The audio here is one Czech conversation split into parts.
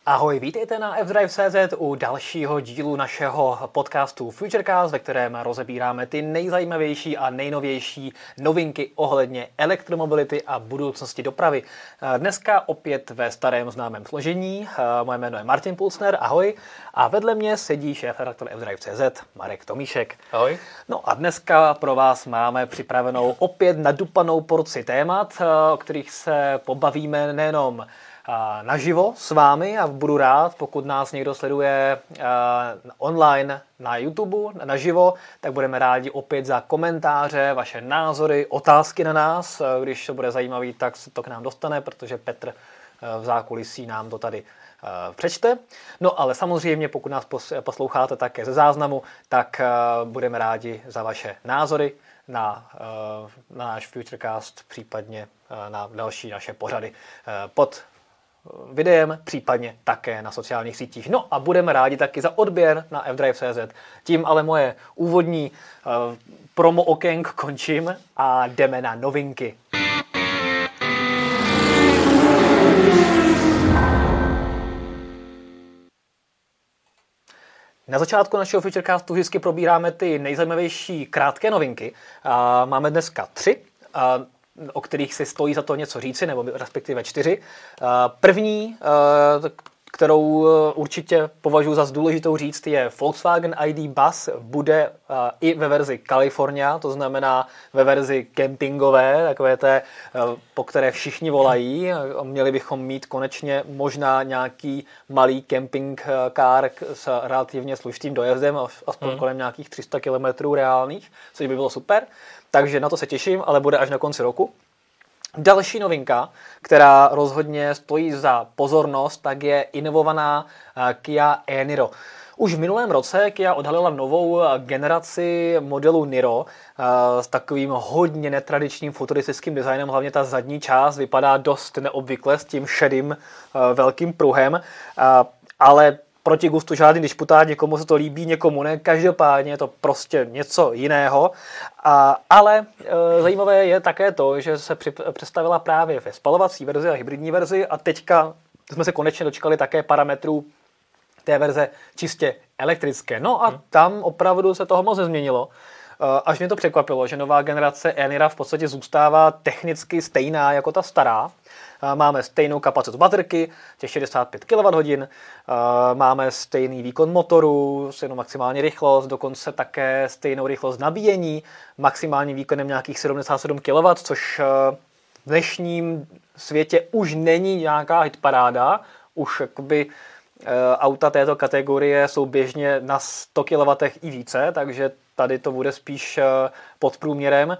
Ahoj, vítejte na fdrive.cz u dalšího dílu našeho podcastu Futurecast, ve kterém rozebíráme ty nejzajímavější a nejnovější novinky ohledně elektromobility a budoucnosti dopravy. Dneska opět ve starém známém složení. Moje jméno je Martin Pulsner, ahoj. A vedle mě sedí šéfredaktor fdrive.cz Marek Tomíšek. Ahoj. No a dneska pro vás máme připravenou opět nadupanou porci témat, o kterých se pobavíme nejenom naživo s vámi a budu rád, pokud nás někdo sleduje online na YouTube naživo, tak budeme rádi opět za komentáře, vaše názory, otázky na nás. Když to bude zajímavý, tak se to k nám dostane, protože Petr v zákulisí nám to tady přečte. No ale samozřejmě, pokud nás posloucháte také ze záznamu, tak budeme rádi za vaše názory na náš Futurecast, případně na další naše pořady pod videem, případně také na sociálních sítích. No a budeme rádi taky za odběr na fdrive.cz. Tím ale moje úvodní promo okénko končím a jdeme na novinky. Na začátku našeho Futurecastu vždycky probíráme ty nejzajímavější krátké novinky. Máme dneska 3. O kterých si stojí za to něco říci, nebo respektive 4. První, kterou určitě považuji za důležitou říct, je Volkswagen ID Bus bude i ve verzi California, to znamená ve verzi kempingové, takové té, po které všichni volají. Měli bychom mít konečně možná nějaký malý camping car s relativně slušným dojezdem, aspoň kolem nějakých 300 km reálných, což by bylo super. Takže na to se těším, ale bude až na konci roku. Další novinka, která rozhodně stojí za pozornost, tak je inovovaná Kia e-Niro. Už v minulém roce Kia odhalila novou generaci modelu Niro s takovým hodně netradičním futuristickým designem. Hlavně ta zadní část vypadá dost neobvykle s tím šedým velkým pruhem, ale proti gustu žádný disputát, někomu se to líbí, někomu ne, každopádně je to prostě něco jiného. Ale zajímavé je také to, že se představila právě ve spalovací verzi a hybridní verzi a teďka jsme se konečně dočkali také parametrů té verze čistě elektrické. No a tam opravdu se toho moc nezměnilo. Až mě to překvapilo, že nová generace e-Nira v podstatě zůstává technicky stejná jako ta stará. Máme stejnou kapacitu baterky, těch 65 kWh, máme stejný výkon motoru, stejnou maximální rychlost, dokonce také stejnou rychlost nabíjení, maximálním výkonem nějakých 77 kW, což v dnešním světě už není nějaká hitparáda, už jakoby auta této kategorie jsou běžně na 100 kW i více, takže tady to bude spíš pod průměrem.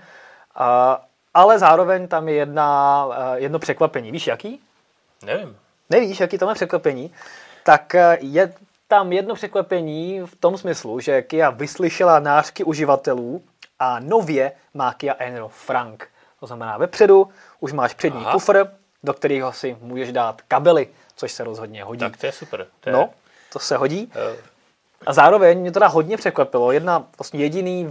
Ale zároveň tam je jedno překvapení. Víš, jaký? Nevím. Nevíš, jaký tam je překvapení? Tak je tam jedno překvapení v tom smyslu, že Kia vyslyšela nářky uživatelů a nově má Kia e-Niro Frank. To znamená, vepředu už máš přední kufr, do kterého si můžeš dát kabely, což se rozhodně hodí. Tak to je super. To se hodí. A zároveň mě teda hodně překvapilo. Jediný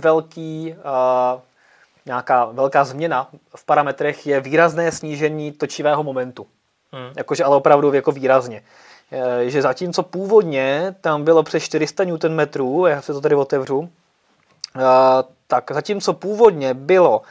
nějaká velká změna v parametrech je výrazné snížení točivého momentu. Jakože ale opravdu jako výrazně. Že zatímco původně tam bylo přes 400 Nm, já se to tady otevřu, tak zatímco původně bylo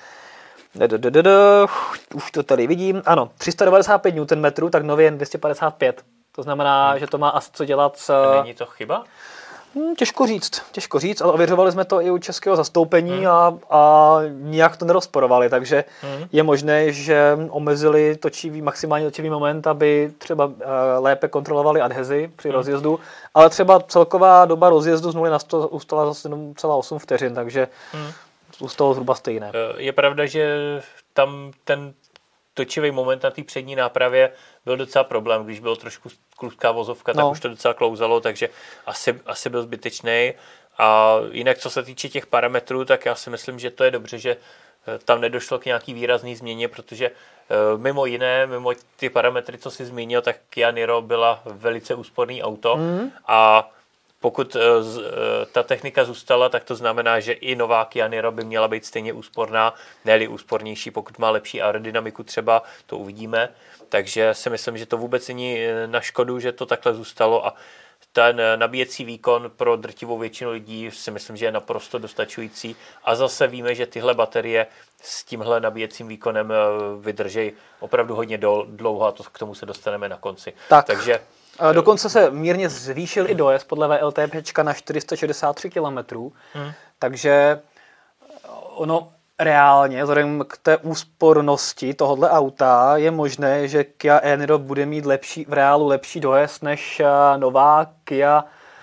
už to tady vidím, ano, 395 Nm, tak nově jen 255. To znamená, že to má asi co dělat s... Není to chyba? Těžko říct, ale ověřovali jsme to i u českého zastoupení a nijak to nerozporovali, takže je možné, že omezili maximální točivý moment, aby třeba lépe kontrolovali adhezi při rozjezdu, ale třeba celková doba rozjezdu z 0 na 100 ustala za 7,8 vteřin, takže zůstalo zhruba stejné. Je pravda, že tam ten točivý moment na té přední nápravě byl docela problém, když bylo trošku kluzká vozovka, tak už to docela klouzalo, takže asi byl zbytečný. A jinak, co se týče těch parametrů, tak já si myslím, že to je dobře, že tam nedošlo k nějaký výrazný změně, protože mimo ty parametry, co jsi zmínil, tak Kia Niro byla velice úsporný auto a pokud ta technika zůstala, tak to znamená, že i nová Kia Niro by měla být stejně úsporná, ne-li úspornější, pokud má lepší aerodynamiku třeba, to uvidíme. Takže si myslím, že to vůbec není na škodu, že to takhle zůstalo a ten nabíjecí výkon pro drtivou většinu lidí si myslím, že je naprosto dostačující a zase víme, že tyhle baterie s tímhle nabíjecím výkonem vydrží opravdu hodně dlouho a k tomu se dostaneme na konci. Takže dokonce se mírně zvýšil i dojezd podle VLTPčka na 463 km, takže ono reálně, vzhledem k té úspornosti tohohle auta, je možné, že Kia e-Niro bude mít v reálu lepší dojezd než nová Kia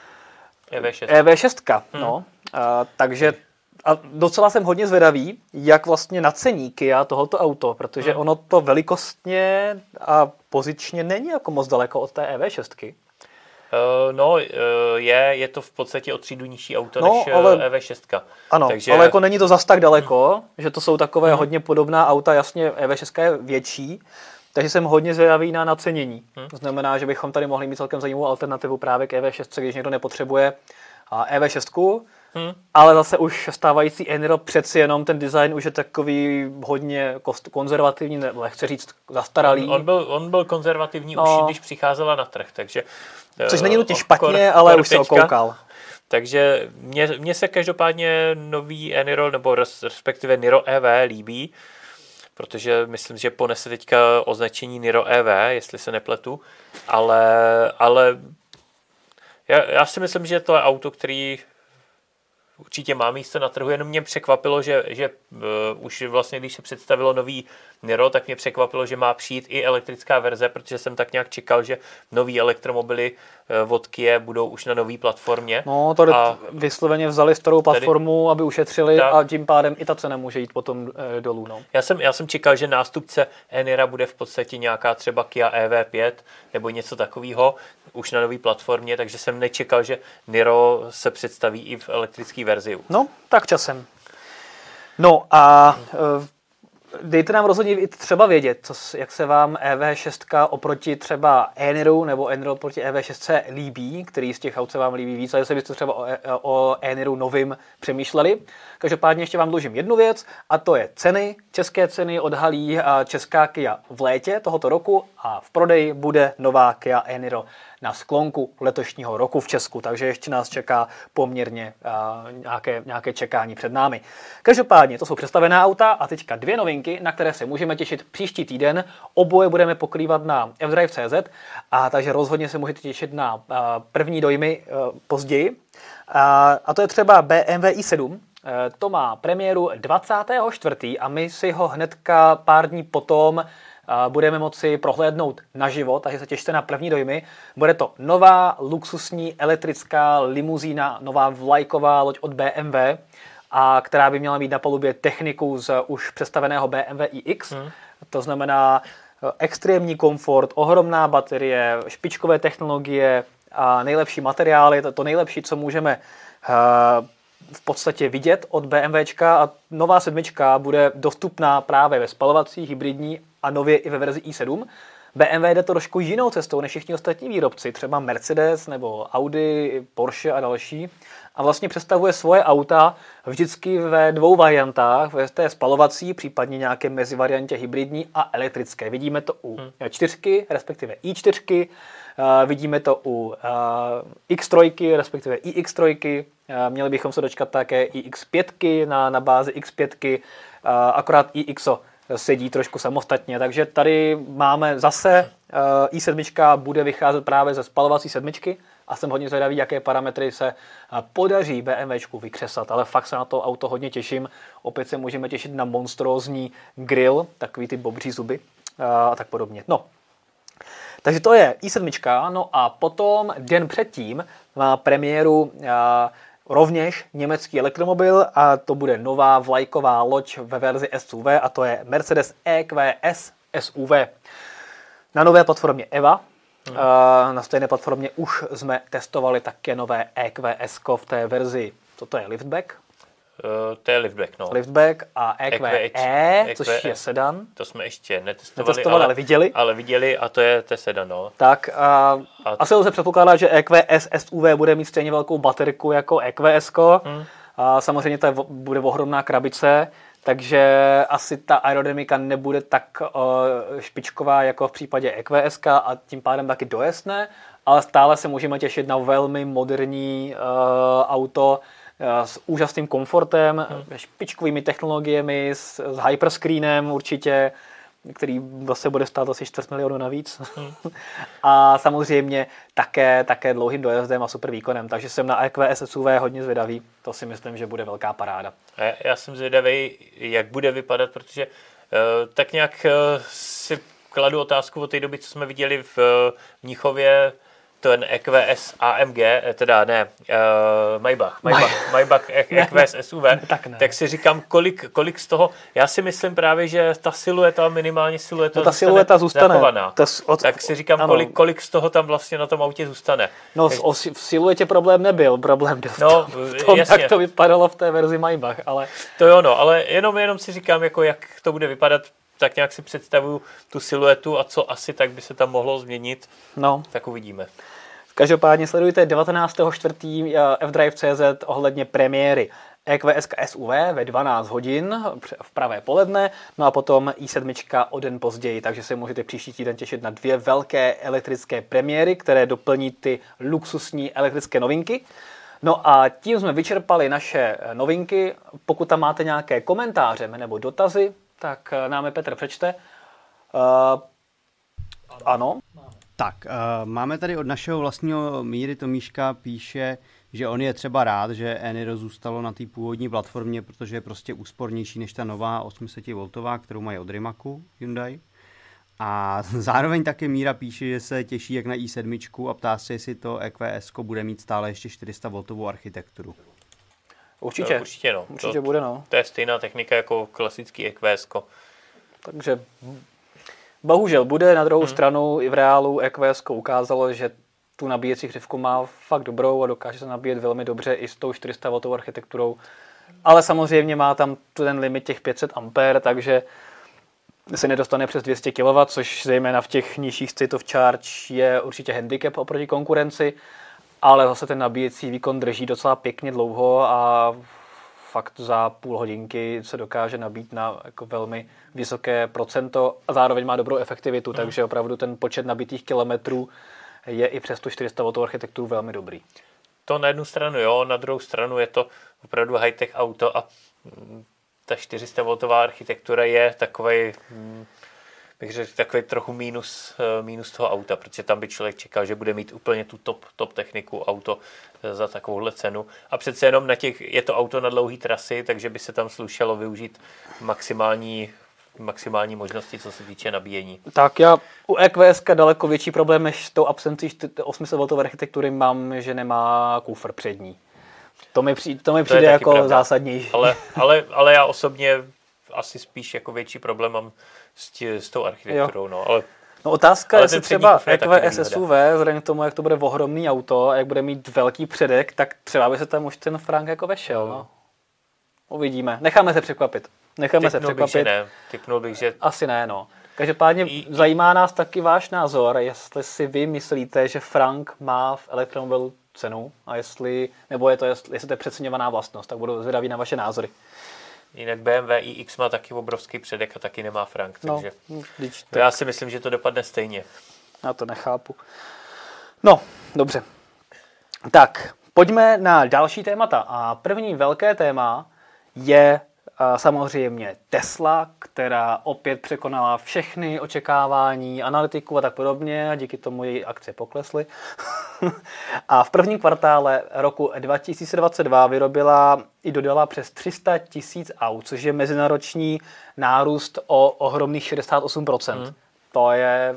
EV6. No. Takže a docela jsem hodně zvědavý, jak vlastně nacení Kia tohoto auto, protože ono to velikostně a pozičně není jako moc daleko od té EV6. Je to v podstatě o třídu nižší auto než EV6. Ano, takže ale jako není to zas tak daleko, že to jsou takové hodně podobná auta, jasně EV6 je větší, takže jsem hodně zvědavý na nacenění. To znamená, že bychom tady mohli mít celkem zajímavou alternativu právě k EV6, když někdo nepotřebuje EV6, ale zase už stávající e-Niro přeci jenom ten design už je takový hodně konzervativní, nechci říct zastaralý. On byl konzervativní už když přicházela na trh, takže což není nutně špatně, ale už se okoukal. Takže mně se každopádně nový e-Niro, nebo respektive Niro EV líbí, protože myslím, že ponese teďka označení Niro EV, jestli se nepletu, ale já si myslím, že to je auto, který určitě má místo na trhu, jenom mě překvapilo, že už vlastně, když se představilo nový Niro, tak mě překvapilo, že má přijít i elektrická verze, protože jsem tak nějak čekal, že nový elektromobily od Kia budou už na nový platformě. No, to vysloveně vzali starou platformu, aby ušetřili a tím pádem i ta cena může jít potom dolů. No. Já jsem čekal, že nástupce e-Nira bude v podstatě nějaká třeba Kia EV5 nebo něco takového už na nový platformě, takže jsem nečekal, že Niro se představí i v elektrické verzi. No, tak časem. No a dejte nám rozhodně i třeba vědět, jak se vám EV6 oproti třeba e-Niru nebo e-Niro oproti EV6 líbí, který z těch aut se vám líbí víc, a jestli byste třeba o e-Niru novým přemýšleli. Každopádně ještě vám dlužím jednu věc a to je ceny. České ceny odhalí česká Kia v létě tohoto roku a v prodeji bude nová Kia e-Niro na sklonku letošního roku v Česku, takže ještě nás čeká poměrně nějaké čekání před námi. Každopádně to jsou představená auta a teďka dvě novinky, na které se můžeme těšit příští týden. Oboje budeme pokrývat na fdrive.cz a takže rozhodně se můžete těšit na první dojmy později. A to je třeba BMW i7. To má premiéru 24. a my si ho hnedka pár dní potom budeme moci prohlédnout naživo, takže se těšte na první dojmy. Bude to nová luxusní elektrická limuzína, nová vlajková loď od BMW, která by měla mít na palubě techniku z už představeného BMW iX. To znamená extrémní komfort, ohromná baterie, špičkové technologie a nejlepší materiály. To nejlepší, co můžeme v podstatě vidět od BMWčka, a nová sedmička bude dostupná právě ve spalovací, hybridní a nově i ve verzi i7. BMW jde to trošku jinou cestou než všichni ostatní výrobci, třeba Mercedes nebo Audi, Porsche a další. A vlastně představuje svoje auta vždycky ve dvou variantách, ve té spalovací, případně nějaké mezivariantě hybridní a elektrické. Vidíme to u 4, respektive i4, vidíme to u X3, respektive iX3, měli bychom se dočkat také iX5 na bázi X5, akorát iXo sedí trošku samostatně, takže tady máme zase i7 bude vycházet právě ze spalovací sedmičky a jsem hodně zvědavý, jaké parametry se podaří BMWčku vykřesat, ale fakt se na to auto hodně těším. Opět se můžeme těšit na monstrózní grill, takový ty bobří zuby a tak podobně. No, takže to je i7, no a potom den předtím má premiéru rovněž německý elektromobil a to bude nová vlajková loď ve verzi SUV a to je Mercedes EQS SUV. Na nové platformě EVA, na stejné platformě už jsme testovali také nové EQS v té verzi, co to je, liftback? To je liftback, no. Liftback a EQE, což je sedan. To jsme ještě netestovali, ale viděli. Ale viděli a to je sedan, no. Tak asi lze předpokládat, že EQS SUV bude mít stejně velkou baterku jako EQS-ko. A samozřejmě to bude ohromná krabice, takže asi ta aerodynamika nebude tak špičková jako v případě EQS a tím pádem taky dojezné, ale stále se můžeme těšit na velmi moderní auto s úžasným komfortem, špičkovými technologiemi, s hyperscreenem určitě, který vlastně bude stát asi 4 milionu navíc. A samozřejmě také dlouhým dojezdem a super výkonem. Takže jsem na EQS SUV hodně zvědavý. To si myslím, že bude velká paráda. Já jsem zvědavý, jak bude vypadat, protože tak nějak si kladu otázku od té doby, co jsme viděli v Mnichově, ten EQS AMG, teda ne, Maybach EQS SUV, tak si říkám, kolik z toho, já si myslím právě, že ta silueta, minimálně silueta zůstane. Tak si říkám, kolik z toho tam vlastně na tom autě zůstane. No v siluetě problém nebyl, problém byl v tom, jak to vypadalo v té verzi Maybach, ale... To jo, no, ale jenom si říkám, jako jak to bude vypadat, tak nějak si představuju tu siluetu a co asi tak by se tam mohlo změnit, tak uvidíme. Každopádně sledujte 19.4. fdrive.cz ohledně premiéry EQS SUV ve 12 hodin v pravé poledne, no a potom i7 o den později, takže se můžete příští týden těšit na 2 velké elektrické premiéry, které doplní ty luxusní elektrické novinky. No a tím jsme vyčerpali naše novinky. Pokud tam máte nějaké komentáře nebo dotazy, tak nám je Petr přečte. Ano. Tak, máme tady od našeho vlastního Míry Tomíška, píše, že on je třeba rád, že Eniro zůstalo na té původní platformě, protože je prostě úspornější než ta nová 800V, kterou mají od Rimacu Hyundai. A zároveň také Míra píše, že se těší jak na i7 a ptá se, jestli to EQS bude mít stále ještě 400V architekturu. Určitě. Určitě bude, no. To je stejná technika jako klasický EQS. Takže bohužel bude, na druhou stranu i v reálu EQS ukázalo, že tu nabíjecí křivku má fakt dobrou a dokáže se nabíjet velmi dobře i s tou 400V architekturou. Ale samozřejmě má tam ten limit těch 500 A, takže se nedostane přes 200 kW, což zejména v těch nižších state of charge je určitě handicap oproti konkurenci, ale zase ten nabíjecí výkon drží docela pěkně dlouho a fakt za půl hodinky se dokáže nabít na jako velmi vysoké procento a zároveň má dobrou efektivitu, takže opravdu ten počet nabitých kilometrů je i přes tu 400V architekturu velmi dobrý. To na jednu stranu jo, na druhou stranu je to opravdu high-tech auto a ta 400V architektura je takovej, bych řekl, takový trochu mínus toho auta, protože tam by člověk čekal, že bude mít úplně tu top techniku auto za takovouhle cenu. A přece jenom je to auto na dlouhé trasy, takže by se tam slušelo využít maximální možnosti, co se týče nabíjení. Tak já u EQS daleko větší problém než s tou absencí 800V architektury mám, že nemá kufr přední. To mi přijde jako pravda. Zásadnější. Ale já osobně asi spíš jako větší problém mám s tou architekturou. No, otázka, jestli třeba EQS SUV, vzhledem k tomu, jak to bude ohromný auto a jak bude mít velký předek, tak třeba by se tam už ten Frank jako vešel. No. Uvidíme. Necháme se překvapit. Typnul bych, že... Asi ne, no. Každopádně zajímá nás taky váš názor, jestli si vy myslíte, že Frank má v elektromobilu cenu a jestli to je přeceňovaná vlastnost, tak budu zvědavý na vaše názory. Jinak BMW iX má taky obrovský předek a taky nemá Frank, takže já si myslím, že to dopadne stejně. Já to nechápu. No, dobře. Tak, pojďme na další témata a první velké téma je samozřejmě Tesla, která opět překonala všechny očekávání analytiků a tak podobně a díky tomu její akcie poklesly. A v prvním kvartále roku 2022 vyrobila i dodala přes 300 000 aut, což je mezinárodní nárůst o ohromných 68%. To je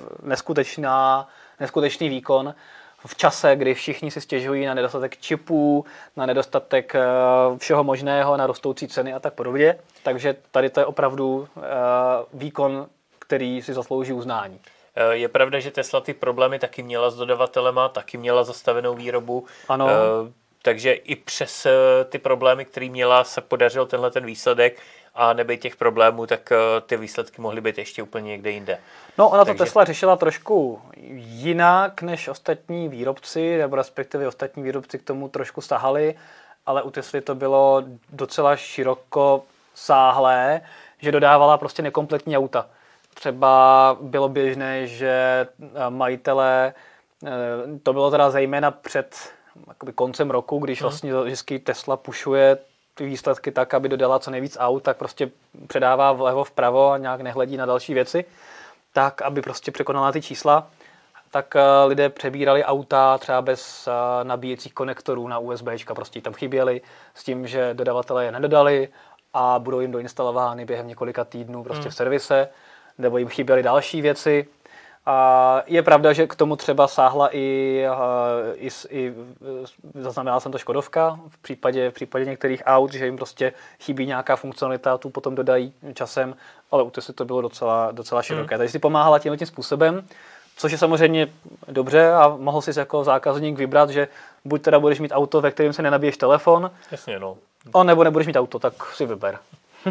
neskutečný výkon v čase, kdy všichni si stěžují na nedostatek čipů, na nedostatek všeho možného, na rostoucí ceny a tak podobně. Takže tady to je opravdu výkon, který si zaslouží uznání. Je pravda, že Tesla ty problémy taky měla s dodavatelema, taky měla zastavenou výrobu. Ano. takže i přes ty problémy, které měla, se podařil tenhle ten výsledek a nebejt těch problémů, tak ty výsledky mohly být ještě úplně někde jinde. No, ona to Tesla řešila trošku jinak než ostatní výrobci, nebo respektive ostatní výrobci k tomu trošku sahali, ale u Tesly to bylo docela širokosáhlé, že dodávala prostě nekompletní auta. Třeba bylo běžné, že majitelé, to bylo teda zejména před koncem roku, když vlastně vždycky Tesla pušuje ty výsledky tak, aby dodala co nejvíc aut, tak prostě předává vlevo vpravo a nějak nehledí na další věci, tak aby prostě překonala ty čísla, tak lidé přebírali auta třeba bez nabíjecích konektorů na USBčka, prostě tam chyběly s tím, že dodavatelé je nedodali a budou jim doinstalovány během několika týdnů prostě v servise, nebo jim chyběly další věci. A je pravda, že k tomu třeba sáhla i zaznamenala jsem to Škodovka v případě některých aut, že jim prostě chybí nějaká funkcionalita, tu potom dodají časem, ale u Tesly to bylo docela široké. Takže si pomáhala tímhle tím způsobem, což je samozřejmě dobře a mohl si jako zákazník vybrat, že buď teda budeš mít auto, ve kterém se nenabiješ telefon, jasně, no. Nebo nebudeš mít auto, tak si vyber.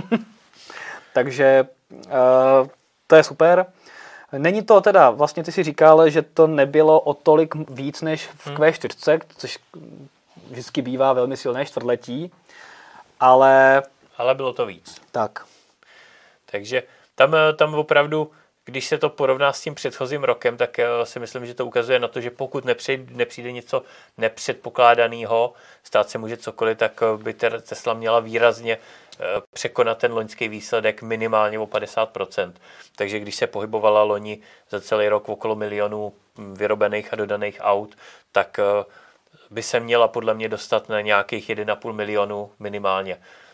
Takže to je super. Není to teda, vlastně ty si říkal, že to nebylo o tolik víc než v Q4, což vždycky bývá velmi silné čtvrtletí, ale bylo to víc. Tak. Takže tam opravdu, když se to porovná s tím předchozím rokem, tak si myslím, že to ukazuje na to, že pokud nepřijde něco nepředpokládaného, stát se může cokoliv, tak by Tesla měla výrazně překonat ten loňský výsledek minimálně o 50%. Takže když se pohybovala loni za celý rok okolo 1 milionu vyrobených a dodaných aut, tak by se měla podle mě dostat na nějakých 1,5 milionu minimálně.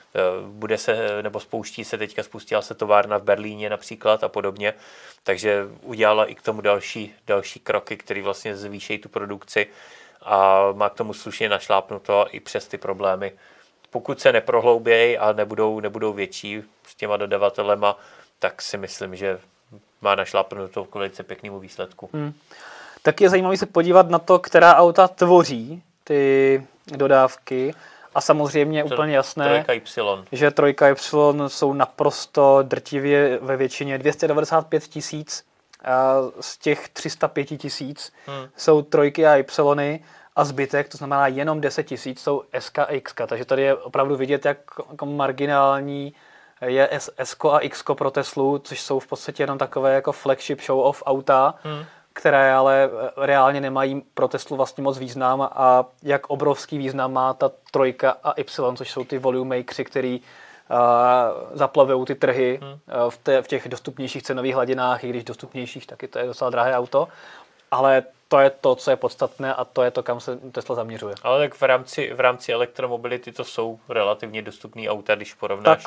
Spustila se továrna v Berlíně například a podobně, takže udělala i k tomu další kroky, které vlastně zvýší tu produkci a má k tomu slušně našlápnuto i přes ty problémy. Pokud se neprohloubějí a nebudou větší s těma dodavatelema, tak si myslím, že má našlápnuto k velice pěknému výsledku. Tak je zajímavé se podívat na to, která auta tvoří ty dodávky. A samozřejmě je úplně jasné, že 3Y jsou naprosto drtivě ve většině 295 000 a z těch 305 000 jsou 3 a Y a zbytek, to znamená jenom 10 000 jsou SK a X. Takže tady je opravdu vidět, jak marginální je S a X pro Teslu, což jsou v podstatě jenom takové jako flagship show-off auta, které ale reálně nemají pro Teslu vlastně moc význam a jak obrovský význam má ta 3 a Y, což jsou ty volume makeři, který zaplavují ty trhy v těch dostupnějších cenových hladinách, i když dostupnějších, taky to je docela drahé auto, ale to je to, co je podstatné a to je to, kam se Tesla zaměřuje. Ale tak v rámci elektromobility to jsou relativně dostupné auta, když porovnáš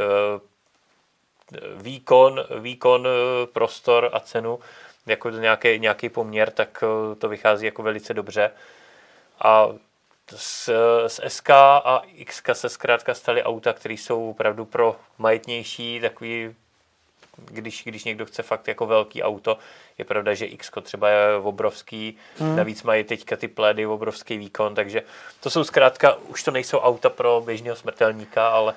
výkon, prostor a cenu, jako nějaký poměr, tak to vychází jako velice dobře. A z SK a X se zkrátka staly auta, které jsou opravdu pro majetnější, takový, když někdo chce fakt jako velký auto. Je pravda, že X třeba je obrovský, navíc mají teďka ty plédy obrovský výkon, takže to jsou zkrátka, už to nejsou auta pro běžného smrtelníka, ale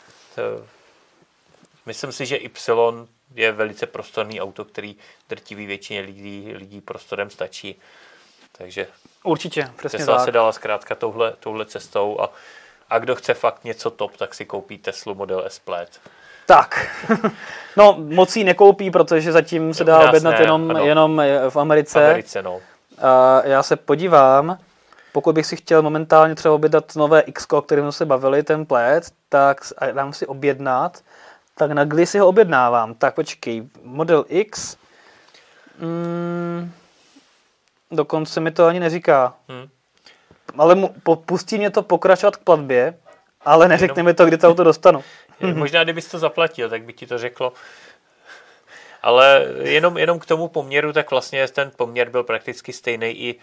myslím si, že Y je velice prostorný auto, který drtivý většině lidí prostorem stačí. Takže určitě, přesně Tesla tak. se dala zkrátka touhle cestou a kdo chce fakt něco top, tak si koupí Teslu Model S Plaid. Tak, no moc jí nekoupí, protože zatím se dá objednat jenom v Americe. No. Já se podívám, pokud bych si chtěl momentálně třeba objednat nové X, o kterém jsme se bavili, ten Plaid, tak dám si objednat. Tak na kdy si ho objednávám? Tak počkej, Model X, dokonce mi to ani neříká. Ale pustí mě to pokračovat k platbě, ale neřekne mi to, kdy to auto dostanu. Možná, kdybys to zaplatil, tak by ti to řeklo. Ale jenom k tomu poměru, tak vlastně ten poměr byl prakticky stejný i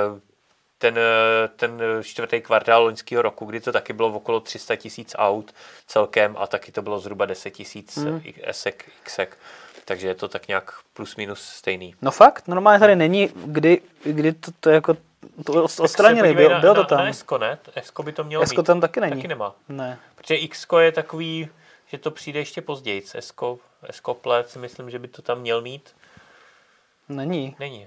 ten čtvrtý kvartál loňského roku, kdy to taky bylo okolo 300 000 aut celkem a taky to bylo zhruba 10 000 esek, xek. Takže je to tak nějak plus minus stejný. No fakt, normálně tady není, kdy to jako to odstranili, bylo to tam. Na Esko, ne? Esko by to mělo Esko mít. tam taky není. Taky nemá. Ne. Protože Xko je takový, že to přijde ještě později. Esko Plet si myslím, že by to tam měl mít. Není. Není.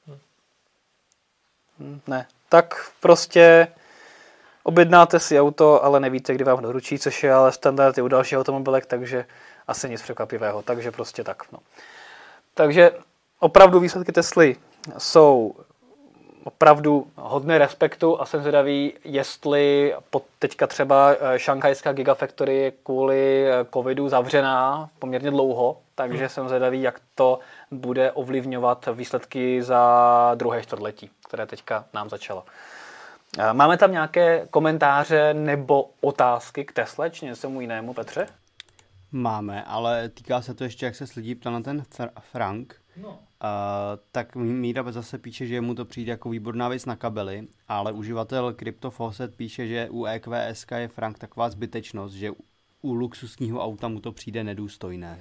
Ne. Tak prostě objednáte si auto, ale nevíte, kdy vám doručí, což je ale standard i u dalších automobilek, takže asi nic překvapivého. Takže prostě tak. No. Takže opravdu výsledky Tesly jsou opravdu hodné respektu a jsem zvědavý, jestli teďka třeba šanghajská Gigafactory je kvůli covidu zavřená poměrně dlouho, takže jsem zvědavý, jak to bude ovlivňovat výsledky za druhé čtvrtletí, které teďka nám začalo. Máme tam nějaké komentáře nebo otázky k Tesle, či něčemu jinému, Petře? Máme, ale týká se to ještě, jak se lidí ptal na ten Frank. No. Tak Míra zase píše, že mu to přijde jako výborná věc na kabely, ale uživatel CryptoFaucet píše, že u EQSK je Frank taková zbytečnost, že u luxusního auta mu to přijde nedůstojné.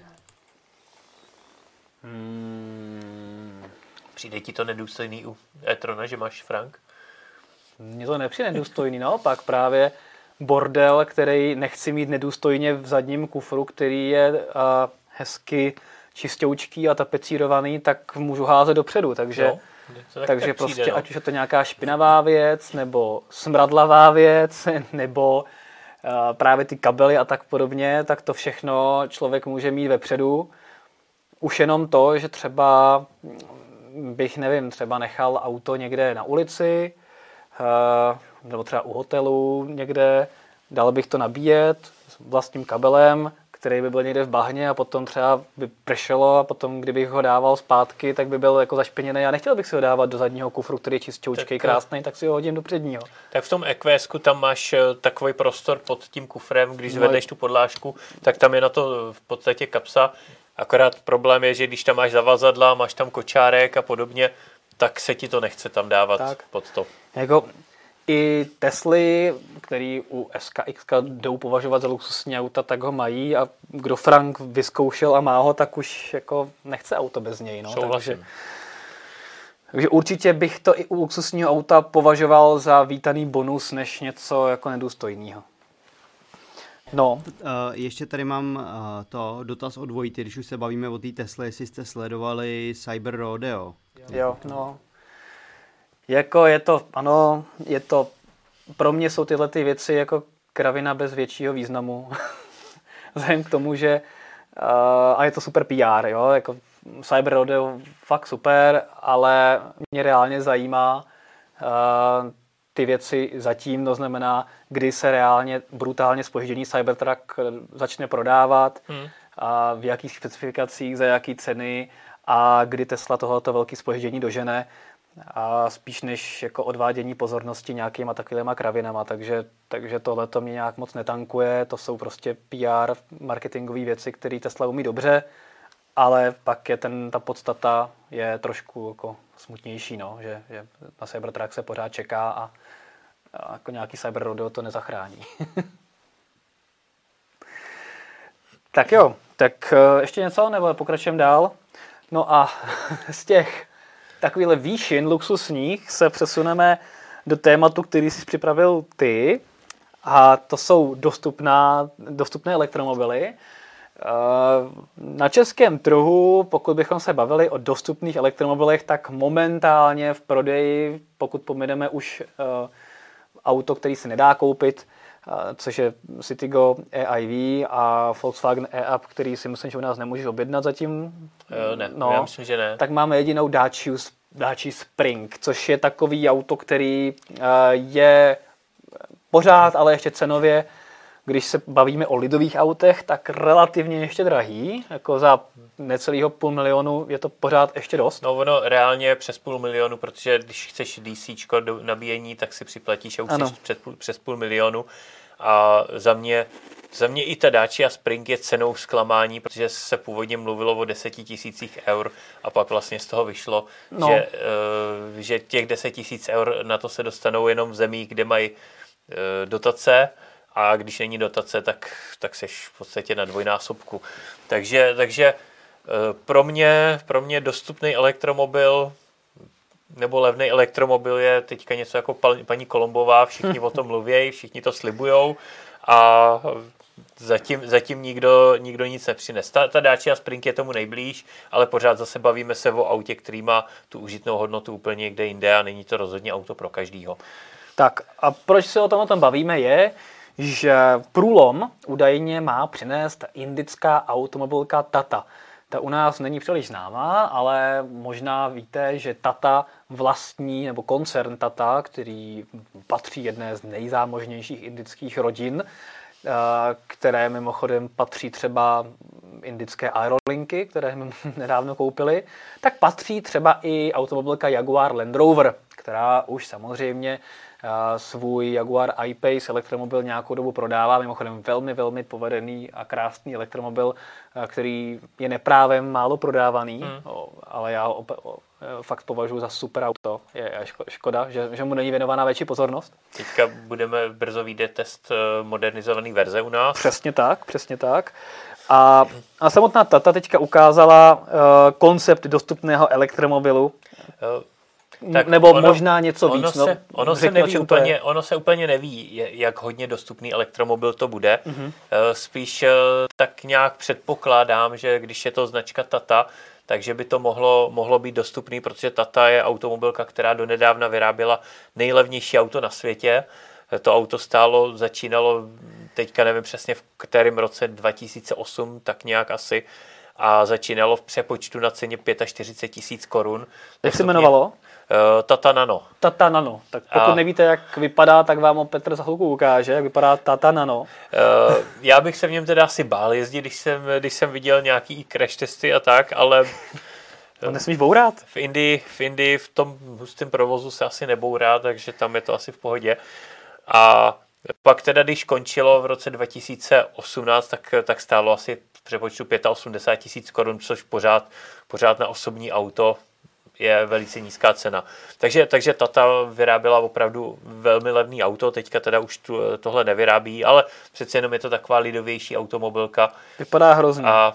Přijde ti to nedůstojný u e-trona, že máš Frank? Mně to nepřijde nedůstojný, naopak právě bordel, který nechci mít nedůstojně v zadním kufru, který je hezky čistoučký a tapecírovaný, tak můžu házet dopředu, takže, takže prostě přijde, ať už je to nějaká špinavá věc, nebo smradlavá věc, nebo právě ty kabely a tak podobně, tak to všechno člověk může mít vepředu. Už jenom to, že třeba bych, třeba nechal auto někde na ulici, nebo třeba u hotelu někde, dal bych to nabíjet s vlastním kabelem, který by byl někde v bahně a potom třeba by pršelo a potom, kdybych ho dával zpátky, tak by byl jako zašpiněný. Já nechtěl bych si ho dávat do zadního kufru, který je čistoučkej, krásný, tak si ho hodím do předního. Tak v tom EQSku tam máš takový prostor pod tím kufrem, když zvedneš tu podlážku, tak tam je na to v podstatě kapsa. Akorát problém je, že když tam máš zavazadla, máš tam kočárek a podobně, tak se ti to nechce tam dávat pod to. Jako i Tesly, který u SKX jdou považovat za luxusní auta, tak ho mají a kdo Frank vyzkoušel a má ho, tak už jako nechce auto bez něj. No. Takže určitě bych to i u luxusního auta považoval za vítaný bonus, než něco jako nedůstojného. No. Ještě tady mám dotaz od Vojty, když už se bavíme o té Tesle, jestli jste sledovali Cyber Rodeo. Jo, no. Jako je to, pro mě jsou tyhle ty věci jako kravina bez většího významu. Vzhledem k tomu, že a je to super PR, jo, jako Cyber Rodeo fakt super, ale mě reálně zajímá ty věci zatím, to znamená, kdy se reálně brutálně zpoždění Cybertruck začne prodávat, a v jakých specifikacích, za jaký ceny a kdy Tesla tohoto velké zpoždění dožene. A spíš než jako odvádění pozornosti nějakýma takovýma kravinama, takže tohle to mě nějak moc netankuje, to jsou prostě PR, marketingové věci, které Tesla umí dobře, ale pak je ta podstata je trošku jako smutnější, no, že na Cybertruck se pořád čeká a jako nějaký Cyber Rodeo to nezachrání. Tak jo, tak ještě něco, nebo pokračujeme dál? No a z těch takovýhle výšin luxusních se přesuneme do tématu, který jsi připravil ty, a to jsou dostupné elektromobily. Na českém trhu, pokud bychom se bavili o dostupných elektromobilech, tak momentálně v prodeji, pokud pomineme už auto, který se nedá koupit, což je Citigo e-iV a Volkswagen e-up, který si myslím, že u nás nemůžeš objednat zatím. Ne, já myslím, že ne. Tak máme jedinou Dacia Spring, což je takový auto, který je pořád, ale ještě cenově, když se bavíme o lidových autech, tak relativně ještě drahý, jako za necelého 500 000 je to pořád ještě dost. No ono reálně přes 500 000, protože když chceš DCčko do nabíjení, tak si připlatíš a už přes 500 000. A za mě i ta Dacia Spring je cenou zklamání, protože se původně mluvilo o 10 000 eur a pak vlastně z toho vyšlo, že těch 10 000 eur na to se dostanou jenom v zemích, kde mají dotace, a když není dotace, tak seš v podstatě na dvojnásobku. Takže pro mě dostupný elektromobil nebo levný elektromobil je teďka něco jako paní Kolombová, všichni o tom mluví, všichni to slibujou a zatím nikdo nic nepřines. Ta Dacia Spring je tomu nejblíž, ale pořád zase bavíme se o autě, který má tu užitnou hodnotu úplně někde jinde a není to rozhodně auto pro každýho. Tak a proč se o tom bavíme je, že průlom údajně má přinést indická automobilka Tata. Ta u nás není příliš známá, ale možná víte, že Tata vlastní, nebo koncern Tata, který patří jedné z nejzámožnějších indických rodin, které mimochodem patří třeba indické Aerolinky, které jsme nedávno koupili, tak patří třeba i automobilka Jaguar Land Rover, která už samozřejmě svůj Jaguar I-Pace elektromobil nějakou dobu prodává. Mimochodem velmi, velmi povedený a krásný elektromobil, který je neprávem málo prodávaný, ale já ho fakt považuji za super auto. Je škoda, že mu není věnovaná větší pozornost. Teďka budeme brzo vyjde test modernizované verze u nás. Přesně tak. A samotná Tata teďka ukázala koncept dostupného elektromobilu. Tak nebo možná něco víc. Ono se úplně neví, jak hodně dostupný elektromobil to bude. Spíš tak nějak předpokládám, že když je to značka Tata, takže by to mohlo být dostupný, protože Tata je automobilka, která donedávna vyráběla nejlevnější auto na světě. To auto začínalo, teďka nevím přesně v kterém roce, 2008, tak nějak asi, a začínalo v přepočtu na ceně 45 000 korun. Jak se jmenovalo? Tata Nano. Tata Nano. Tak pokud nevíte, jak vypadá, tak vám ho Petr za chvilku ukáže, jak vypadá Tata Nano. Já bych se v něm teda asi bál jezdit, když jsem viděl nějaký crash testy a tak, ale... To nesmíš bourat? V Indii v tom hustém provozu se asi nebourá, takže tam je to asi v pohodě. A pak teda, když končilo v roce 2018, tak stálo asi v přepočtu 85 000 korun, což pořád na osobní auto je velice nízká cena. Takže Tata vyráběla opravdu velmi levný auto, teďka teda už tohle nevyrábí, ale přece jenom je to taková lidovější automobilka. Vypadá hrozně. A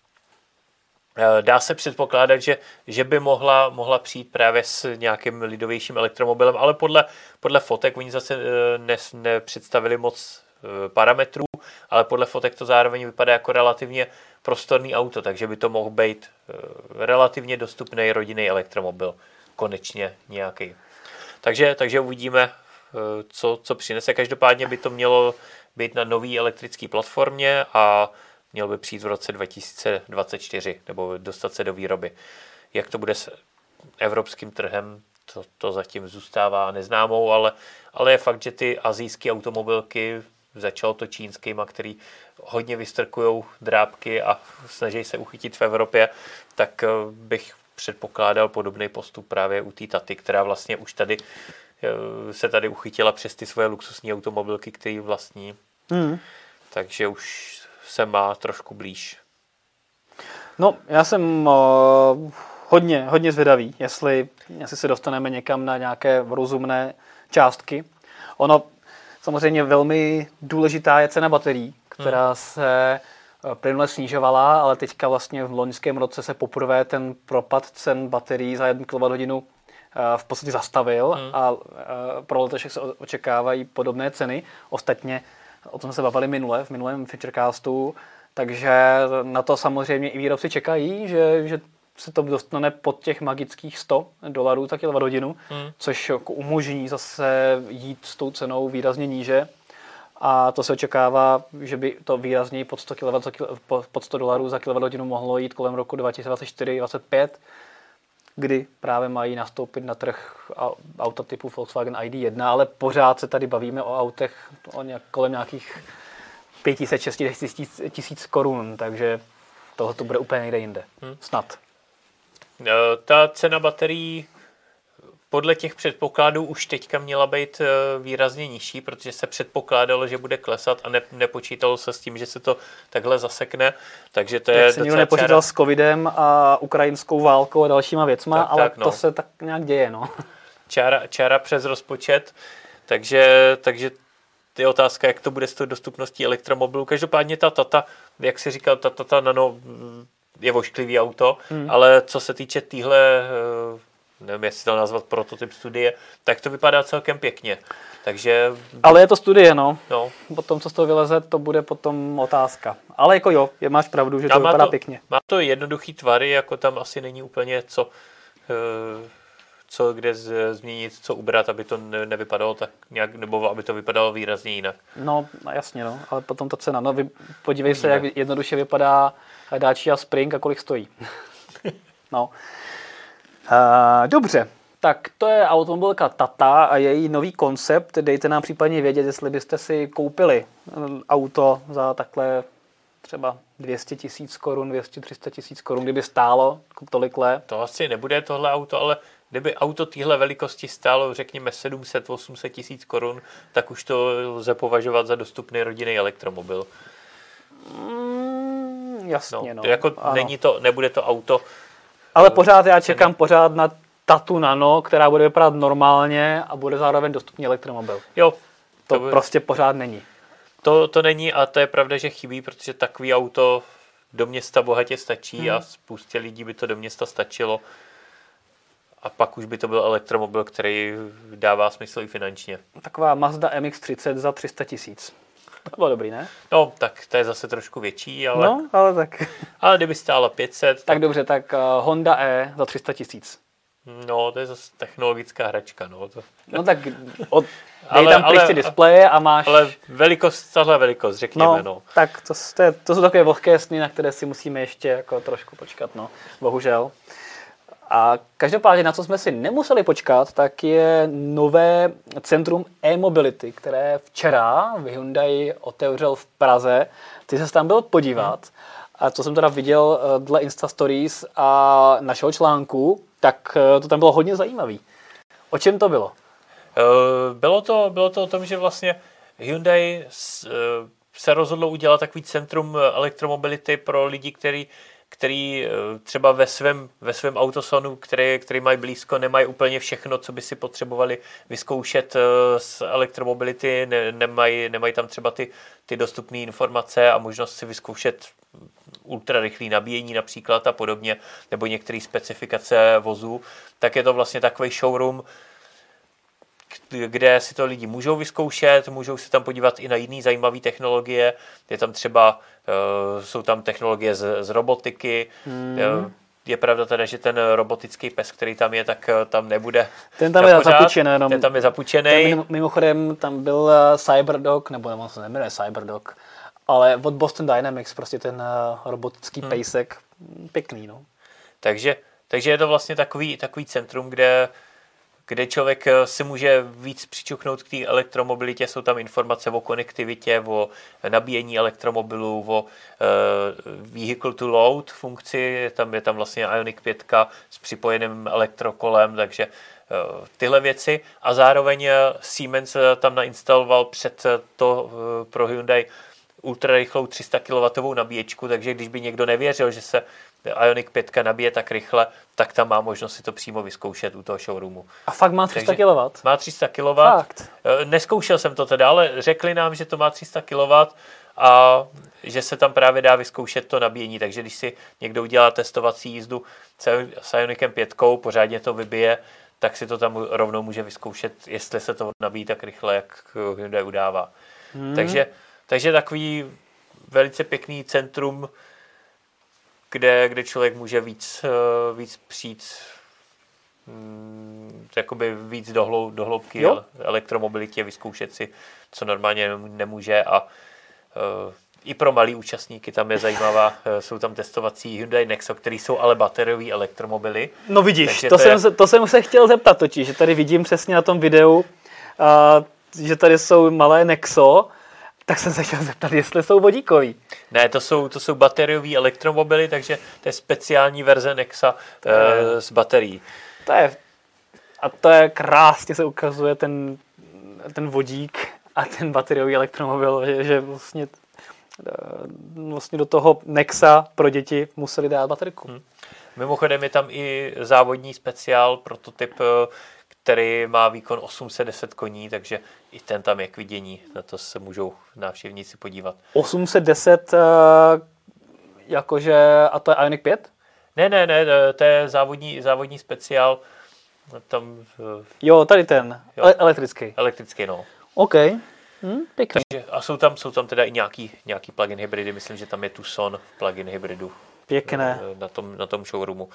dá se předpokládat, že by mohla přijít právě s nějakým lidovějším elektromobilem, ale podle fotek oni zase nepředstavili moc parametrů, ale podle fotek to zároveň vypadá jako relativně prostorný auto, takže by to mohl být relativně dostupný rodinný elektromobil. Konečně nějaký. Takže uvidíme, co přinese. Každopádně by to mělo být na nový elektrické platformě a měl by přijít v roce 2024, nebo dostat se do výroby. Jak to bude s evropským trhem, to zatím zůstává neznámou, ale je fakt, že ty asijské automobilky, začalo to čínskýma, který hodně vystrkují drápky a snaží se uchytit v Evropě, tak bych předpokládal podobný postup právě u té Taty, která vlastně už se tady uchytila přes ty svoje luxusní automobilky, které vlastní. Takže už se má trošku blíž. No, já jsem hodně zvědavý, jestli se dostaneme někam na nějaké rozumné částky. Ono samozřejmě velmi důležitá je cena baterií, která se plynule snižovala, ale teďka vlastně v loňském roce se poprvé ten propad cen baterií za 1 kWh v podstatě zastavil a pro letošek se očekávají podobné ceny. Ostatně o tom se bavili v minulém Futurecastu, takže na to samozřejmě i výrobci čekají, že se to dostane pod těch magických $100 za kWh, což umožní zase jít s tou cenou výrazně níže. A to se očekává, že by to výrazněji pod $100 za kWh mohlo jít kolem roku 2024-2025, kdy právě mají nastoupit na trh auta typu Volkswagen ID.1, ale pořád se tady bavíme o autech kolem nějakých 500-600 tisíc korun, takže tohle to bude úplně někde jinde. Snad. Ta cena baterií podle těch předpokladů už teďka měla být výrazně nižší, protože se předpokládalo, že bude klesat a nepočítalo se s tím, že se to takhle zasekne. Takže to je se nikdo nepočítal s covidem a ukrajinskou válkou a dalšíma věcma, ale to se tak nějak děje. No. Čára přes rozpočet, takže je otázka, jak to bude s tou dostupností elektromobilů. Každopádně ta Tata, jak si říkal, ta Nano je vošklivý auto, ale co se týče nevím, jestli to nazvat prototyp studie, tak to vypadá celkem pěkně. Takže... Ale je to studie, no. No. Potom, co z toho vyleze, to bude potom otázka. Ale jako jo, máš pravdu, že to vypadá pěkně. Má to jednoduchý tvary, jako tam asi není úplně co kde změnit, co ubrat, aby to nevypadalo tak nějak, nebo aby to vypadalo výrazně jinak. No, jasně, no. Ale potom ta cena. No, podívej se, jak jednoduše vypadá Dacia Spring a kolik stojí. No. Dobře. Tak to je automobilka Tata a její nový koncept. Dejte nám případně vědět, jestli byste si koupili auto za takhle třeba 200 000 korun, 200-300 000 korun, kdyby stálo tolik let. To asi nebude tohle auto, ale kdyby auto téhle velikosti stálo, řekněme, 700-800 tisíc korun, tak už to lze považovat za dostupný rodinný elektromobil. Jasně, no. Jako nebude to auto. Ale pořád já čekám pořád na Tatu Nano, která bude vypadat normálně a bude zároveň dostupný elektromobil. Jo. To prostě pořád není. To není a to je pravda, že chybí, protože takový auto do města bohatě stačí a spoustě lidí by to do města stačilo. A pak už by to byl elektromobil, který dává smysl i finančně. Taková Mazda MX-30 za 300 000. To bylo dobrý, ne? No, tak to je zase trošku větší, ale... No, ale tak... Ale kdyby stála 500... Tak dobře, tak Honda E za 300 000. No, to je zase technologická hračka, no. No tak dej tam pryč displeje a máš... Ale tahle velikost, řekněme, no. Tak to jsou takové vlhké sny, na které si musíme ještě jako trošku počkat, no. Bohužel. A každopádně, na co jsme si nemuseli počkat, tak je nové centrum e-mobility, které včera v Hyundai otevřel v Praze. Ty se tam byl podívat a co jsem teda viděl dle Insta Stories a našeho článku, tak to tam bylo hodně zajímavý. O čem to bylo? Bylo to o tom, že vlastně Hyundai se rozhodlo udělat takový centrum elektromobility pro lidi, který třeba ve svém autosonu, který mají blízko, nemají úplně všechno, co by si potřebovali vyzkoušet z elektromobility, nemají tam třeba ty dostupné informace a možnost si vyzkoušet ultrarychlé nabíjení například a podobně, nebo některé specifikace vozů, tak je to vlastně takový showroom, kde si to lidi můžou vyzkoušet, můžou se tam podívat i na jiné zajímavé technologie. Je tam třeba, jsou tam technologie z robotiky. Je pravda teda, že ten robotický pes, který tam je, tak tam nebude. Ten tam je zapůjčený. Ten tam je zapůjčený. Mimochodem tam byl Cyberdog, nebo on se nemenuje Cyberdog, ale od Boston Dynamics, prostě ten robotický pejsek. Pěkný, no. Takže je to vlastně takový centrum, kde člověk si může víc přičuchnout k té elektromobilitě. Jsou tam informace o konektivitě, o nabíjení elektromobilů, o vehicle to load funkci. Je tam vlastně Ioniq 5 s připojeným elektrokolem, takže tyhle věci. A zároveň Siemens tam nainstaloval před to pro Hyundai ultrarychlou 300 kW nabíječku, takže když by někdo nevěřil, že se Ioniq 5 nabíje tak rychle, tak tam má možnost si to přímo vyzkoušet u toho showroomu. A fakt má 300 kW? Má 300 kW. Fakt? Neskoušel jsem to teda, ale řekli nám, že to má 300 kW a že se tam právě dá vyzkoušet to nabíjení, takže když si někdo udělá testovací jízdu s Ioniqem 5, pořádně to vybije, tak si to tam rovnou může vyzkoušet, jestli se to nabíjí tak rychle, jak Hyundai udává. Takže takový velice pěkný centrum, kde člověk může víc přijít jakoby víc do hloubky elektromobilitě, vyzkoušet si, co normálně nemůže a i pro malý účastníky tam je zajímavá, jsou tam testovací Hyundai Nexo, který jsou ale bateriový elektromobily. No vidíš, to jsem se chtěl zeptat totiž, že tady vidím přesně na tom videu, že tady jsou malé Nexo, tak jsem se chtěl zeptat, jestli jsou vodíkový. Ne, to jsou bateriový elektromobily, takže to je speciální verze Nexa s baterií. To je krásně se ukazuje ten vodík a ten bateriový elektromobil, že vlastně do toho Nexa pro děti museli dát baterku. Mimochodem je tam i závodní speciál, prototyp, který má výkon 810 koní, takže i ten tam je k vidění. Na to se můžou návštěvníci podívat. 810 jakože, a to je Ioniq 5? Ne, to je závodní speciál, Tam, Jo, tady ten, jo. elektrický. Elektrický, no. OK, pěkně. Takže, a jsou tam teda i nějaký plug-in hybridy, myslím, že tam je Tucson v plug-in hybridu. Pěkné. Na tom showroomu.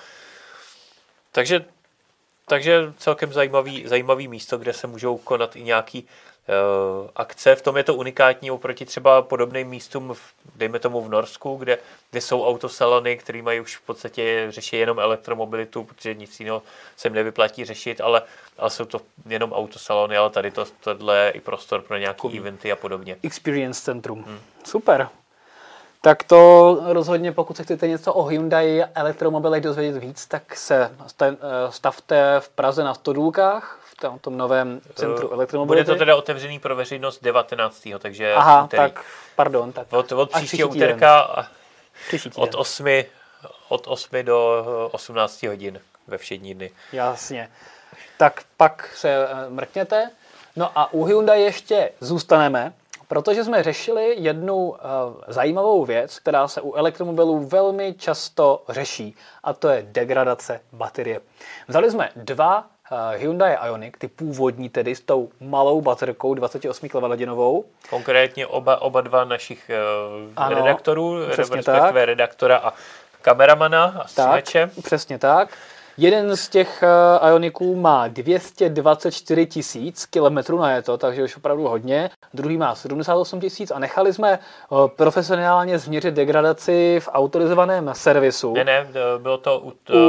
Takže celkem zajímavý místo, kde se můžou konat i nějaký akce. V tom je to unikátní oproti třeba podobným místům, dejme tomu v Norsku, kde jsou autosalony, které mají už v podstatě řeší jenom elektromobilitu, protože nic jiného se jim nevyplatí řešit, ale jsou to jenom autosalony, ale tady tohle je i prostor pro nějaké eventy a podobně. Experience centrum. Super. Tak to rozhodně, pokud se chcete něco o Hyundai elektromobilech dozvědět víc, tak se stavte v Praze na Stodůlkách, v tom novém centru elektromobility. Bude to teda otevřený pro veřejnost 19. takže úterý. Tak pardon. Tak od příštího úterka od 8 do 18 hodin ve všední dny. Jasně. Tak pak se mrkněte. No a u Hyundai ještě zůstaneme, protože jsme řešili jednu zajímavou věc, která se u elektromobilů velmi často řeší, a to je degradace baterie. Vzali jsme dva Hyundai Ioniq, ty původní tedy s tou malou baterkou 28 kWh. Konkrétně oba dva našich redaktorů, respektive tak. redaktora a kameramana a stříhače. Přesně tak. Jeden z těch Ioniqů má 224 000 kilometrů najeto, takže už opravdu hodně. Druhý má 78 000 a nechali jsme profesionálně změřit degradaci v autorizovaném servisu. Ne, bylo to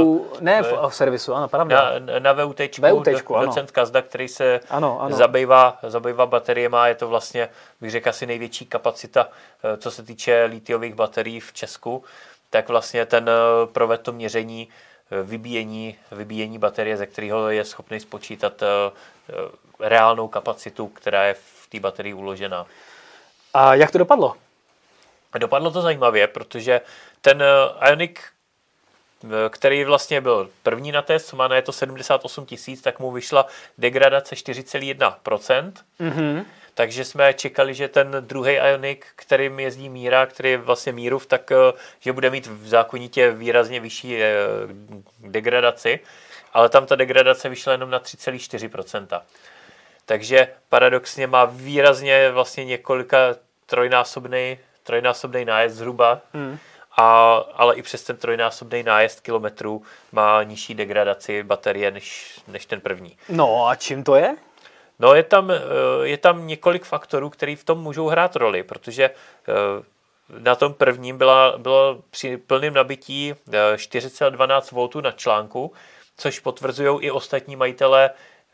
v servisu, ano, pravda. Na VUTčku, docent Kazda, který se zabývá bateriemi, je to vlastně, bych řekl, asi největší kapacita, co se týče litiových baterií v Česku, tak vlastně ten provedl to měření vybíjení baterie, ze kterého je schopný spočítat reálnou kapacitu, která je v té baterii uložená. A jak to dopadlo? Dopadlo to zajímavě, protože ten Ioniq, který vlastně byl první na test, má na to 78 000, tak mu vyšla degradace 4,1%. Mm-hmm. Takže jsme čekali, že ten druhý Ioniq, kterým jezdí Míra, který je vlastně Mírův, tak že bude mít v zákonitě výrazně vyšší degradaci, ale tam ta degradace vyšla jenom na 3,4%. Takže paradoxně má výrazně vlastně několika trojnásobný nájezd zhruba, ale i přes ten trojnásobný nájezd kilometrů má nižší degradaci baterie než ten první. No a čím to je? No, je tam několik faktorů, které v tom můžou hrát roli, protože na tom prvním bylo při plném nabití 4,12 V na článku, což potvrzují i ostatní majitelé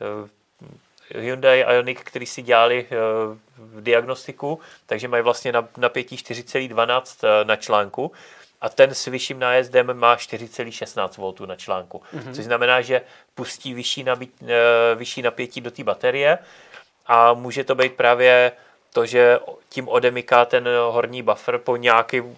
Hyundai Ioniq, který si dělali diagnostiku, takže mají vlastně napětí 4,12 na článku. A ten s vyšším nájezdem má 4,16 V na článku. Mm-hmm. Což znamená, že pustí vyšší napětí do té baterie a může to být právě to, že tím odemyká ten horní buffer po nějakém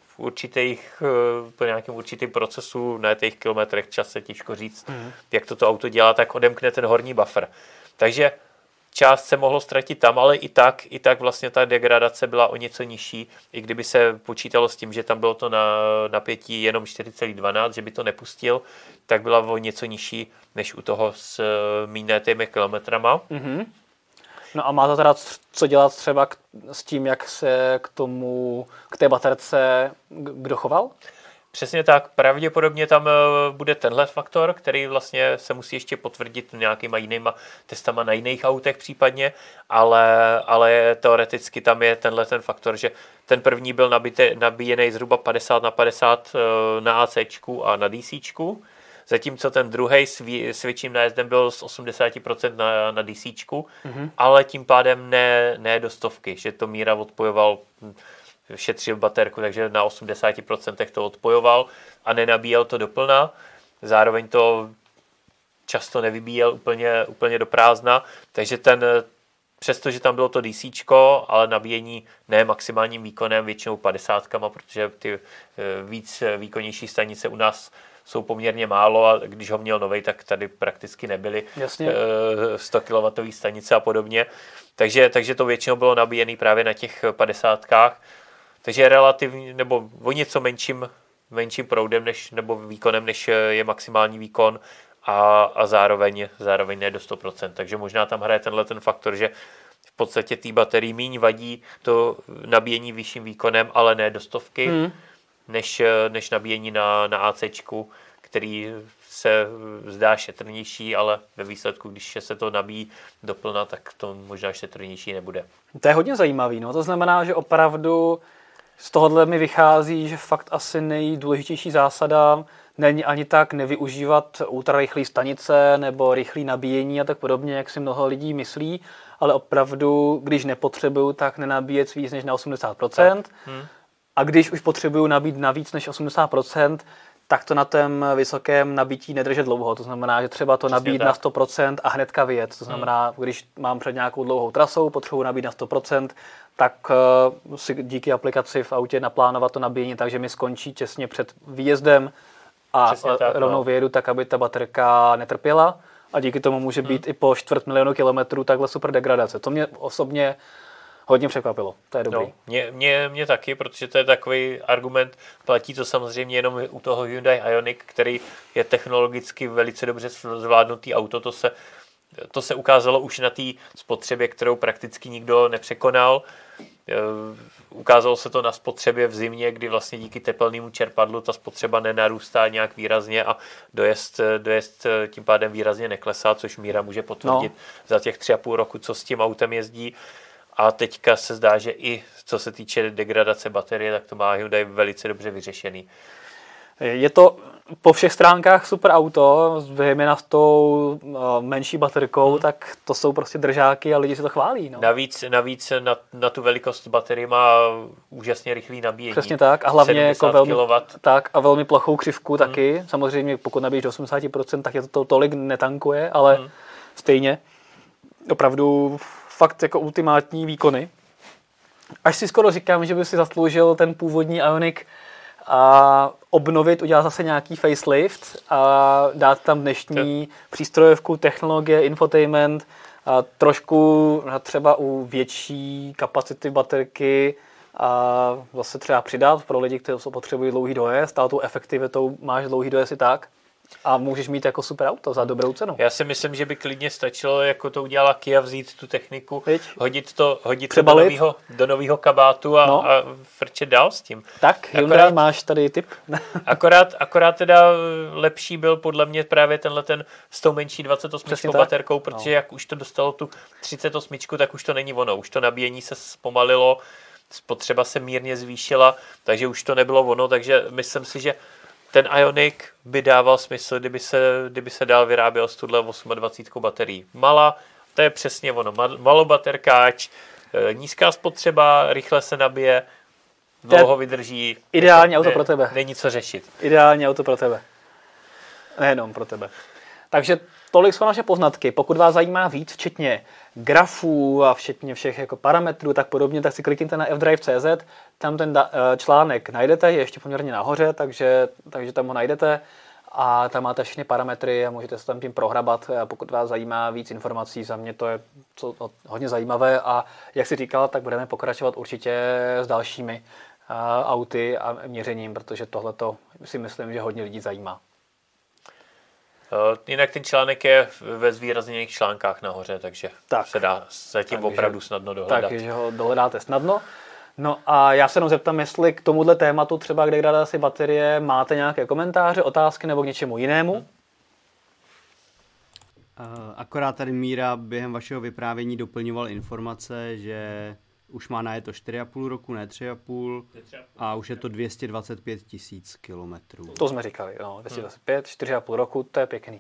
určitým procesu, na těch kilometrech, čase těžko říct, jak to auto dělá, tak odemkne ten horní buffer. Takže část se mohlo ztratit tam, ale i tak vlastně ta degradace byla o něco nižší, i kdyby se počítalo s tím, že tam bylo to na napětí jenom 4,12, že by to nepustil, tak byla o něco nižší, než u toho s méně najetými kilometrama. Mm-hmm. No a má to teda co dělat třeba s tím, jak se k té baterce kdo choval? Přesně tak, pravděpodobně tam bude tenhle faktor, který vlastně se musí ještě potvrdit nějakýma jinýma testama na jiných autech případně, ale teoreticky tam je tenhle ten faktor, že ten první byl nabíjený zhruba 50/50 na ACčku a na DCčku, zatímco ten druhý s větším nájezdem byl z 80% na DCčku, ale tím pádem ne do stovky, že to Míra odpojoval, šetřil baterku, takže na 80% to odpojoval a nenabíjel to doplna. Zároveň to často nevybíjel úplně do prázdna, takže přestože tam bylo to DCčko, ale nabíjení ne maximálním výkonem, většinou 50kama, protože ty víc výkonnější stanice u nás jsou poměrně málo a když ho měl novej, tak tady prakticky nebyly 100 kW stanice a podobně. Takže to většinou bylo nabíjené právě na těch 50kách. Takže relativně, nebo o něco menším proudem nebo výkonem, než je maximální výkon, a zároveň ne do 100%. Takže možná tam hraje ten faktor, že v podstatě té baterii míň vadí to nabíjení vyšším výkonem, ale ne do 100, než nabíjení na ACčku, který se zdá šetrnější, ale ve výsledku, když se to nabíjí doplna, tak to možná šetrnější nebude. To je hodně zajímavý. No. To znamená, že opravdu z tohohle mi vychází, že fakt asi nejdůležitější zásada není ani tak nevyužívat ultrarychlé stanice nebo rychlé nabíjení a tak podobně, jak si mnoho lidí myslí, ale opravdu, když nepotřebuju, tak nenabíjet víc než na 80%. A když už potřebuju nabít na víc než 80%, tak to na tom vysokém nabití nedrže dlouho. To znamená, že třeba to nabít na 100% a hnedka vyjet. To znamená, když mám před nějakou dlouhou trasou, potřebuji nabít na 100%, tak si díky aplikaci v autě naplánovat to nabíjení, takže mi skončí těsně před výjezdem a rovnou vyjedu tak, aby ta baterka netrpěla. A díky tomu může být i po 250 000 kilometrů takhle super degradace. To mě osobně hodně překvapilo. To je dobrý. No, mě taky, protože to je takový argument, platí to samozřejmě jenom u toho Hyundai Ioniq, který je technologicky velice dobře zvládnutý auto. To se ukázalo už na té spotřebě, kterou prakticky nikdo nepřekonal. Ukázalo se to na spotřebě v zimě, kdy vlastně díky tepelnému čerpadlu ta spotřeba nenarůstá nějak výrazně a dojezd tím pádem výrazně neklesá, což Míra může potvrdit za těch 3,5 roku, co s tím autem jezdí. A teďka se zdá, že i co se týče degradace baterie, tak to má Hyundai velice dobře vyřešený. Je to po všech stránkách super auto, zejména s tou menší baterkou, tak to jsou prostě držáky a lidi si to chválí. No. Navíc na tu velikost baterie má úžasně rychlý nabíjení. Přesně tak a hlavně jako velmi plochou křivku taky. Samozřejmě pokud nabíjíš do 80%, tak je to tolik netankuje, ale stejně opravdu fakt jako ultimátní výkony. Až si skoro říkám, že by si zasloužil ten původní Ioniq a obnovit, udělat zase nějaký facelift a dát tam dnešní přístrojovku, technologie, infotainment, a trošku třeba u větší kapacity baterky a zase třeba přidat pro lidi, kteří potřebují dlouhý dojezd, ale tou efektivitou máš dlouhý dojezd i tak. A můžeš mít jako super auto za dobrou cenu. Já si myslím, že by klidně stačilo, jako to udělala Kia, vzít tu techniku, hodit to do nového kabátu a frčet dál s tím. Tak, Hyundai, máš tady tip? akorát teda lepší byl podle mě právě ten s tou menší 28 baterkou, protože jak už to dostalo tu 38, tak už to není ono. Už to nabíjení se zpomalilo, spotřeba se mírně zvýšila, takže už to nebylo ono, takže myslím si, že ten Ioniq by dával smysl, kdyby se dál vyráběl s tuhle 28 baterií. Malá, to je přesně ono. Malobaterkáč, nízká spotřeba, rychle se nabije, dlouho vydrží. Ideální auto pro tebe. Není co řešit. Ideální auto pro tebe. Nejenom pro tebe. Takže tolik jsou naše poznatky. Pokud vás zajímá víc, včetně grafů a včetně všech jako parametrů, tak podobně, tak si klikněte na fdrive.cz, tam ten článek najdete, je ještě poměrně nahoře, takže tam ho najdete a tam máte všechny parametry a můžete se tam tím prohrabat. A pokud vás zajímá víc informací, za mě to je hodně zajímavé a jak si říkal, tak budeme pokračovat určitě s dalšími auty a měřením, protože tohleto si myslím, že hodně lidí zajímá. Jinak ten článek je ve zvýrazněných článkách nahoře, takže se dá zatím opravdu snadno dohledat. Takže ho dohledáte snadno. No a já se jenom zeptám, jestli k tomuhle tématu třeba k degradaci baterie máte nějaké komentáře, otázky nebo k něčemu jinému? Akorát tady Míra během vašeho vyprávění doplňoval informace, že už má najeto 4,5 roku, ne 3,5 a už je to 225 000 kilometrů. To jsme říkali, 225, 4,5 roku, to je pěkný.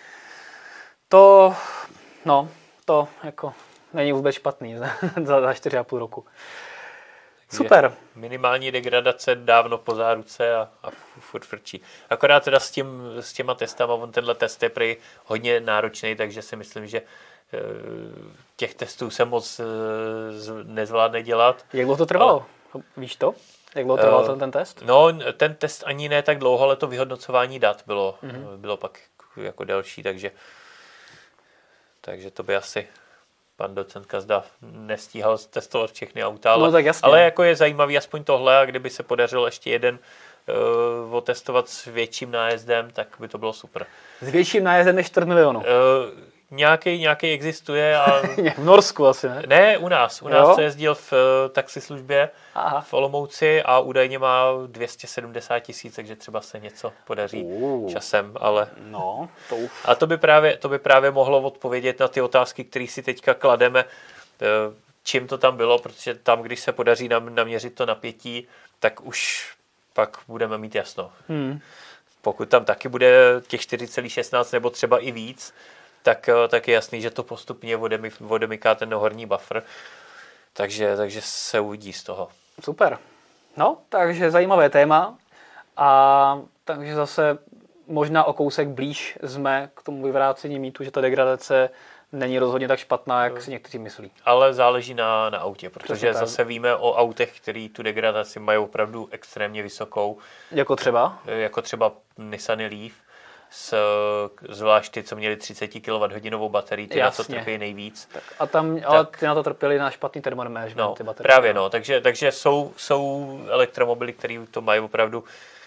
To jako není vůbec špatný za 4,5 roku. Super. Minimální degradace dávno po záruce a furt frčí. Akorát teda s těma testama, tenhle test je prý hodně náročný, takže si myslím, že těch testů se moc nezvládne dělat. Jak dlouho to trvalo? Víš to? Jak dlouho trval ten test? No, ten test ani ne tak dlouho, ale to vyhodnocování dat bylo pak jako delší, takže to by asi pan docent Kazda nestíhal testovat všechny auta, ale, tak jasně. Ale jako je zajímavý aspoň tohle, a kdyby se podařilo ještě jeden otestovat s větším nájezdem, tak by to bylo super. S větším nájezdem než 4 milionů. Nějaký existuje. A... v Norsku asi, ne? Ne, u nás se jezdil v taxislužbě v Olomouci a údajně má 270 000, takže třeba se něco podaří časem, ale... No, to už. A to by právě mohlo odpovědět na ty otázky, které si teďka klademe, čím to tam bylo, protože tam, když se podaří naměřit to napětí, tak už pak budeme mít jasno. Pokud tam taky bude těch 4,16 nebo třeba i víc, tak je jasný, že to postupně odemyká ten horní buffer. Takže se uvidí z toho. Super. No, takže zajímavé téma. A takže zase možná o kousek blíž jsme k tomu vyvrácení mýtu, že ta degradace není rozhodně tak špatná, jak si někteří myslí. Ale záleží na autě, protože zase víme o autech, který tu degradaci mají opravdu extrémně vysokou. Jako třeba? Jako třeba Nissan Leaf. Zvlášť ty, co měli 30 kWh baterii, ty na to trpí nejvíc. Tak, ale ty na to trpěli na špatný thermomanagement, ty baterie. Právě takže jsou elektromobily, které to mají opravdu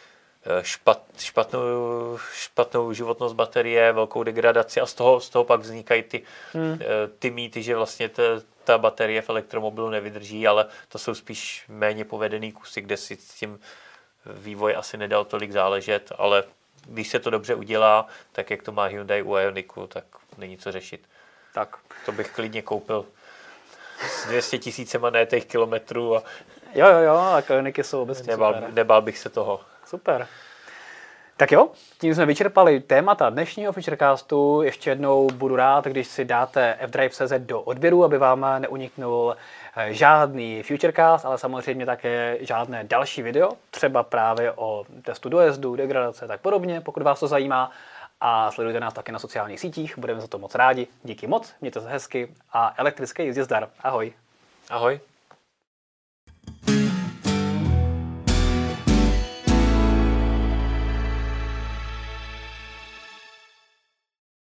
špatnou životnost baterie, velkou degradaci a z toho pak vznikají ty mýty, že vlastně ta baterie v elektromobilu nevydrží, ale to jsou spíš méně povedený kusy, kde si s tím vývoj asi nedal tolik záležet, ale když se to dobře udělá, tak jak to má Hyundai u Ioniqu, tak není co řešit. Tak. To bych klidně koupil s 200 000 najetých kilometrů. Jo, a Ioniqy jsou obecně nebál bych se toho. Super. Tak jo, tím jsme vyčerpali témata dnešního Futurecastu. Ještě jednou budu rád, když si dáte fdrive.cz do odběru, aby vám neuniknul žádný Futurecast, ale samozřejmě také žádné další video, třeba právě o testu dojezdu, degradace a tak podobně, pokud vás to zajímá. A sledujte nás také na sociálních sítích, budeme za to moc rádi. Díky moc, mějte se hezky a elektrické jízdě zdar. Ahoj. Ahoj.